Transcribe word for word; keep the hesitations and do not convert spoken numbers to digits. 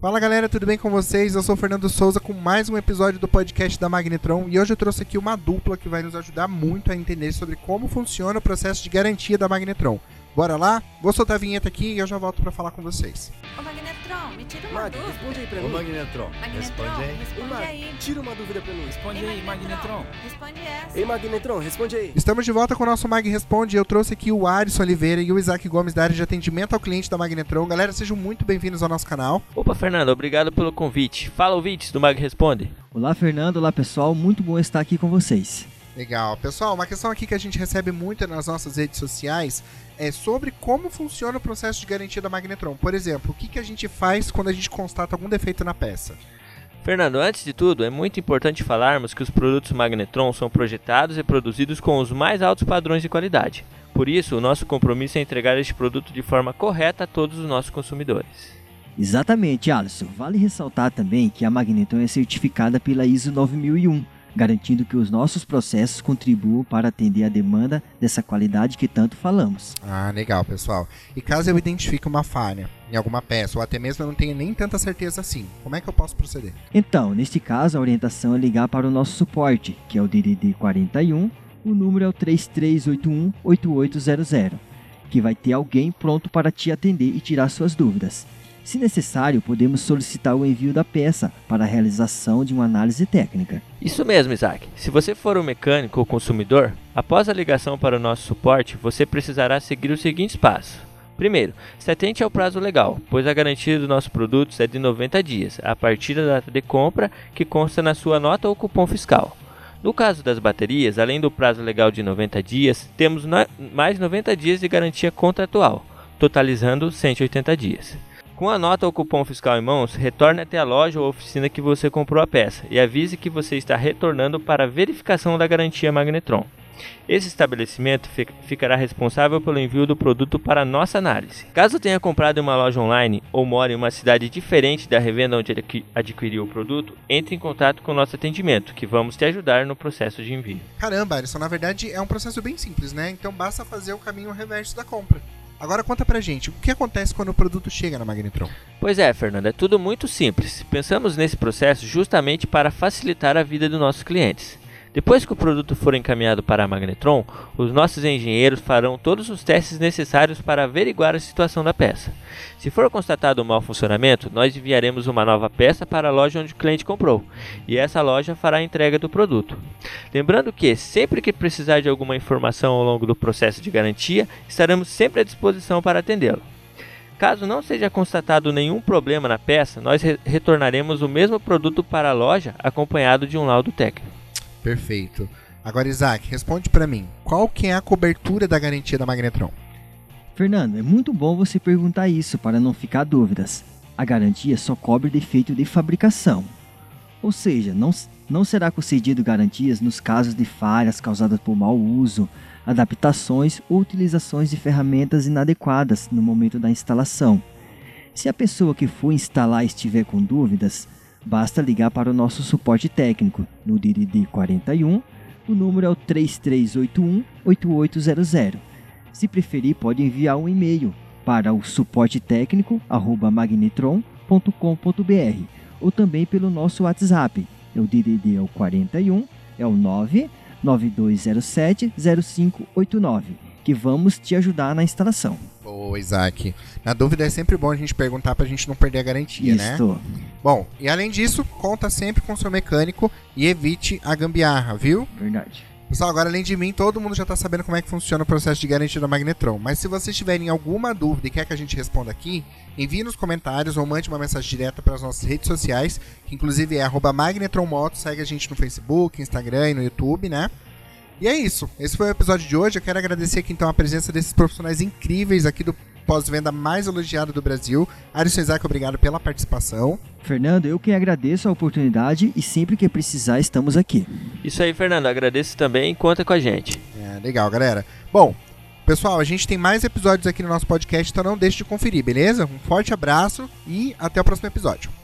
Fala galera, tudo bem com vocês? Eu sou o Fernando Souza com mais um episódio do podcast da Magnetron e hoje eu trouxe aqui uma dupla que vai nos ajudar muito a entender sobre como funciona o processo de garantia da Magnetron. Bora lá? Vou soltar a vinheta aqui e eu já volto pra falar com vocês. Ô Magnetron, me tira uma Mag, dúvida. responde aí pra mim. Ô Magnetron, Magnetron, responde aí. responde Mag, aí. tira uma dúvida pra mim. Responde Ei, aí, Magnetron. Responde essa. Ei, Magnetron, responde aí. Estamos de volta com o nosso Mag Responde e eu trouxe aqui o Alisson Oliveira e o Isaac Gomes da área de atendimento ao cliente da Magnetron. Galera, sejam muito bem-vindos ao nosso canal. Opa, Fernando, obrigado pelo convite. Fala, ouvintes do Mag Responde. Olá, Fernando. Olá, pessoal. Muito bom estar aqui com vocês. Legal. Pessoal, uma questão aqui que a gente recebe muito nas nossas redes sociais é sobre como funciona o processo de garantia da Magnetron. Por exemplo, o que, que a gente faz quando a gente constata algum defeito na peça? Fernando, antes de tudo, é muito importante falarmos que os produtos Magnetron são projetados e produzidos com os mais altos padrões de qualidade. Por isso, o nosso compromisso é entregar este produto de forma correta a todos os nossos consumidores. Exatamente, Alisson. Vale ressaltar também que a Magnetron é certificada pela I S O nove mil e um, garantindo que os nossos processos contribuam para atender a demanda dessa qualidade que tanto falamos. Ah, legal, pessoal. E caso eu identifique uma falha em alguma peça, ou até mesmo eu não tenha nem tanta certeza assim, como é que eu posso proceder? Então, neste caso, a orientação é ligar para o nosso suporte, que é o D D D quarenta e um, o número é o três três oito um, oito oito zero zero, que vai ter alguém pronto para te atender e tirar suas dúvidas. Se necessário, podemos solicitar o envio da peça para a realização de uma análise técnica. Isso mesmo, Isaac. Se você for um mecânico ou consumidor, após a ligação para o nosso suporte, você precisará seguir os seguintes passos. Primeiro, se atente ao prazo legal, pois a garantia dos nossos produtos é de noventa dias, a partir da data de compra que consta na sua nota ou cupom fiscal. No caso das baterias, além do prazo legal de noventa dias, temos no... mais noventa dias de garantia contratual, totalizando cento e oitenta dias. Com a nota ou cupom fiscal em mãos, retorne até a loja ou oficina que você comprou a peça e avise que você está retornando para a verificação da garantia Magnetron. Esse estabelecimento ficará responsável pelo envio do produto para a nossa análise. Caso tenha comprado em uma loja online ou mora em uma cidade diferente da revenda onde adquiriu o produto, entre em contato com o nosso atendimento, que vamos te ajudar no processo de envio. Caramba, Alisson, na verdade é um processo bem simples, né? Então basta fazer o caminho reverso da compra. Agora conta pra gente, o que acontece quando o produto chega na Magnetron? Pois é, Fernando, é tudo muito simples. Pensamos nesse processo justamente para facilitar a vida dos nossos clientes. Depois que o produto for encaminhado para a Magnetron, os nossos engenheiros farão todos os testes necessários para averiguar a situação da peça. Se for constatado um mau funcionamento, nós enviaremos uma nova peça para a loja onde o cliente comprou, e essa loja fará a entrega do produto. Lembrando que, sempre que precisar de alguma informação ao longo do processo de garantia, estaremos sempre à disposição para atendê-lo. Caso não seja constatado nenhum problema na peça, nós re- retornaremos o mesmo produto para a loja acompanhado de um laudo técnico. Perfeito. Agora, Isaac, responde pra mim. Qual que é a cobertura da garantia da Magnetron? Fernando, é muito bom você perguntar isso para não ficar dúvidas. A garantia só cobre defeito de fabricação. Ou seja, não, não será concedido garantias nos casos de falhas causadas por mau uso, adaptações ou utilizações de ferramentas inadequadas no momento da instalação. Se a pessoa que for instalar estiver com dúvidas, basta ligar para o nosso suporte técnico no D D D quarenta e um, o número é o três três oito um, oito oito zero zero. Se preferir, pode enviar um e-mail para o suporte técnico arroba magnetron ponto com ponto b r ou também pelo nosso WhatsApp. É o D D D é o quarenta e um, é o nove nove dois zero sete zero cinco oito nove, que vamos te ajudar na instalação. Boa, Isaac. Na dúvida é sempre bom a gente perguntar pra gente não perder a garantia, Isto. né? Bom, e além disso, conta sempre com o seu mecânico e evite a gambiarra, viu? Verdade. Pessoal, agora além de mim, todo mundo já tá sabendo como é que funciona o processo de garantia da Magnetron. Mas se vocês tiverem alguma dúvida e quer que a gente responda aqui, envie nos comentários ou mande uma mensagem direta para as nossas redes sociais, que inclusive é arroba magnetronmoto, segue a gente no Facebook, Instagram e no YouTube, né? E é isso, esse foi o episódio de hoje. Eu quero agradecer aqui então a presença desses profissionais incríveis aqui do pós-venda mais elogiado do Brasil. Alisson e Isaac, obrigado pela participação. Fernando, eu que agradeço a oportunidade e sempre que precisar estamos aqui. Isso aí, Fernando, agradeço também e conta com a gente. É, legal, galera. Bom, pessoal, a gente tem mais episódios aqui no nosso podcast, então não deixe de conferir, beleza? Um forte abraço e até o próximo episódio.